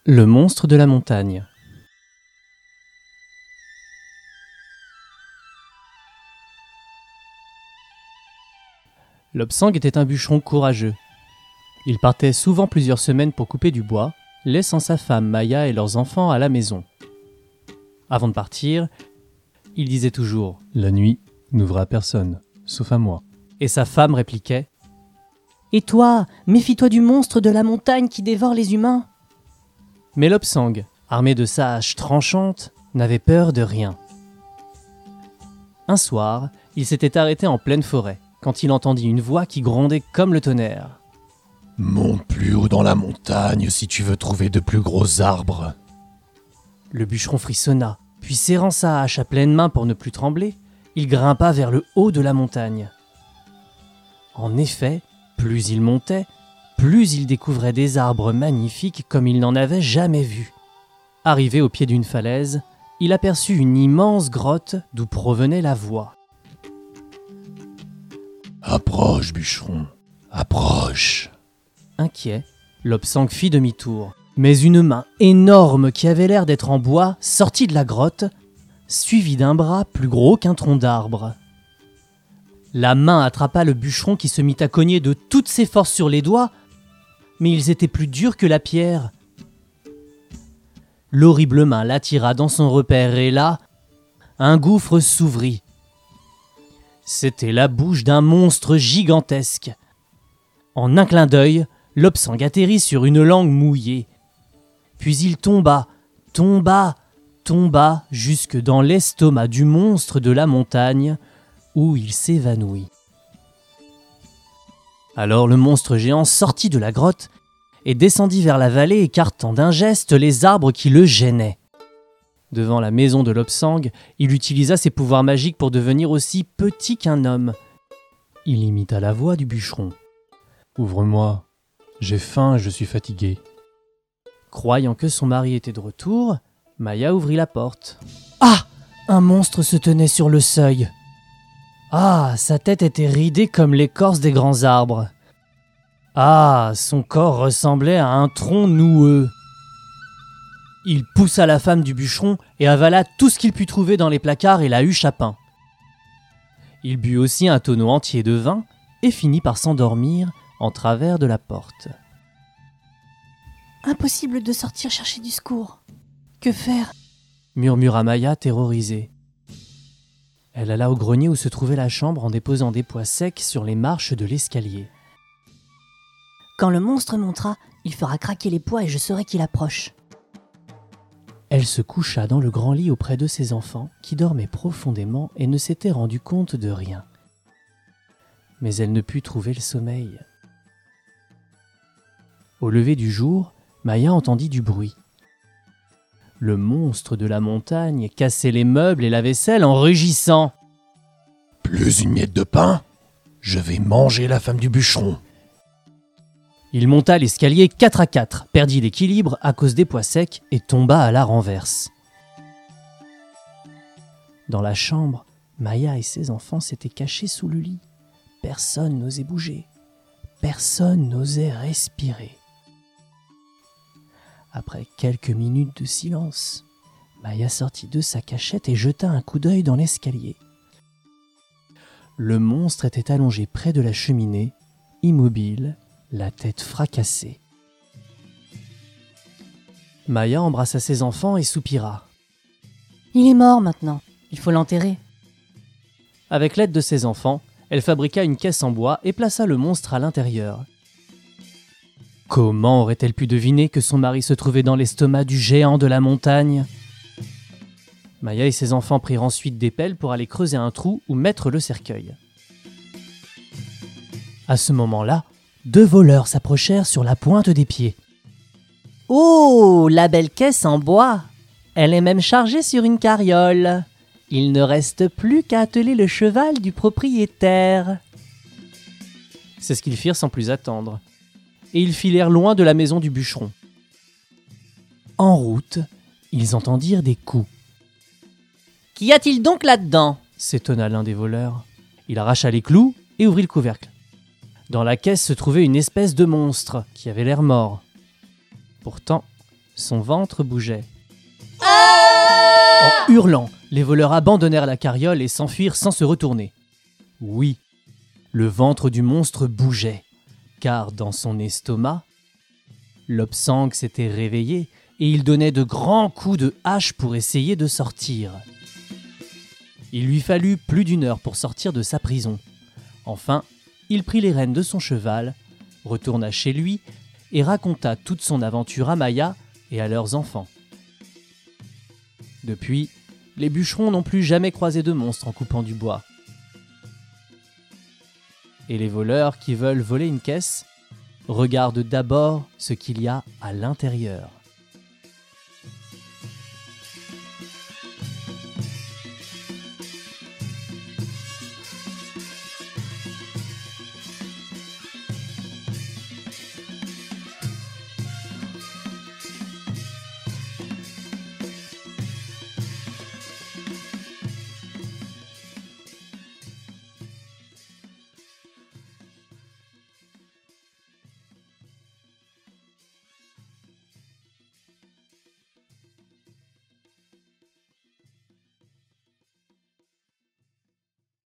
Le monstre de la montagne. Lobsang était un bûcheron courageux. Il partait souvent plusieurs semaines pour couper du bois, laissant sa femme Maya et leurs enfants à la maison. Avant de partir, il disait toujours « La nuit n'ouvre à personne, sauf à moi ». Et sa femme répliquait « Et toi, méfie-toi du monstre de la montagne qui dévore les humains ». Mais Lobsang, armé de sa hache tranchante, n'avait peur de rien. Un soir, il s'était arrêté en pleine forêt, quand il entendit une voix qui grondait comme le tonnerre. « Monte plus haut dans la montagne si tu veux trouver de plus gros arbres. » Le bûcheron frissonna, puis serrant sa hache à pleine main pour ne plus trembler, il grimpa vers le haut de la montagne. En effet, plus il montait, plus il découvrait des arbres magnifiques comme il n'en avait jamais vu. Arrivé au pied d'une falaise, il aperçut une immense grotte d'où provenait la voix. « Approche, bûcheron, approche !» Inquiet, Lobsang fit demi-tour, mais une main énorme qui avait l'air d'être en bois sortit de la grotte, suivie d'un bras plus gros qu'un tronc d'arbre. La main attrapa le bûcheron qui se mit à cogner de toutes ses forces sur les doigts, mais ils étaient plus durs que la pierre. L'horrible main l'attira dans son repère et là, un gouffre s'ouvrit. C'était la bouche d'un monstre gigantesque. En un clin d'œil, Lobsang atterrit sur une langue mouillée. Puis il tomba jusque dans l'estomac du monstre de la montagne, où il s'évanouit. Alors le monstre géant sortit de la grotte et descendit vers la vallée, écartant d'un geste les arbres qui le gênaient. Devant la maison de Lobsang, il utilisa ses pouvoirs magiques pour devenir aussi petit qu'un homme. Il imita la voix du bûcheron. « Ouvre-moi, j'ai faim et je suis fatigué. » Croyant que son mari était de retour, Maya ouvrit la porte. Ah ! Un monstre se tenait sur le seuil. Ah, sa tête était ridée comme l'écorce des grands arbres. Ah, son corps ressemblait à un tronc noueux. Il poussa la femme du bûcheron et avala tout ce qu'il put trouver dans les placards et la huche à pain. Il but aussi un tonneau entier de vin et finit par s'endormir en travers de la porte. Impossible de sortir chercher du secours. Que faire ? Murmura Maya terrorisée. Elle alla au grenier où se trouvait la chambre en déposant des pois secs sur les marches de l'escalier. Quand le monstre montera, il fera craquer les pois et je saurai qu'il approche. Elle se coucha dans le grand lit auprès de ses enfants qui dormaient profondément et ne s'étaient rendus compte de rien. Mais elle ne put trouver le sommeil. Au lever du jour, Maya entendit du bruit. Le monstre de la montagne cassait les meubles et la vaisselle en rugissant. « Plus une miette de pain, je vais manger la femme du bûcheron. » Il monta l'escalier 4 à 4, perdit l'équilibre à cause des pois secs et tomba à la renverse. Dans la chambre, Maya et ses enfants s'étaient cachés sous le lit. Personne n'osait bouger. Personne n'osait respirer. Après quelques minutes de silence, Maya sortit de sa cachette et jeta un coup d'œil dans l'escalier. Le monstre était allongé près de la cheminée, immobile, la tête fracassée. Maya embrassa ses enfants et soupira. « Il est mort maintenant, il faut l'enterrer. » Avec l'aide de ses enfants, elle fabriqua une caisse en bois et plaça le monstre à l'intérieur. Comment aurait-elle pu deviner que son mari se trouvait dans l'estomac du géant de la montagne ? Maya et ses enfants prirent ensuite des pelles pour aller creuser un trou où mettre le cercueil. À ce moment-là, 2 voleurs s'approchèrent sur la pointe des pieds. « Oh, la belle caisse en bois ! Elle est même chargée sur une carriole. Il ne reste plus qu'à atteler le cheval du propriétaire. » C'est ce qu'ils firent sans plus attendre. Et ils filèrent loin de la maison du bûcheron. En route, ils entendirent des coups. « Qu'y a-t-il donc là-dedans ?» s'étonna l'un des voleurs. Il arracha les clous et ouvrit le couvercle. Dans la caisse se trouvait une espèce de monstre qui avait l'air mort. Pourtant, son ventre bougeait. En hurlant, les voleurs abandonnèrent la carriole et s'enfuirent sans se retourner. Oui, le ventre du monstre bougeait, car dans son estomac, Lobsang s'était réveillé et il donnait de grands coups de hache pour essayer de sortir. Il lui fallut plus d'1 heure pour sortir de sa prison. Enfin, il prit les rênes de son cheval, retourna chez lui et raconta toute son aventure à Maya et à leurs enfants. Depuis, les bûcherons n'ont plus jamais croisé de monstre en coupant du bois. Et les voleurs qui veulent voler une caisse regardent d'abord ce qu'il y a à l'intérieur.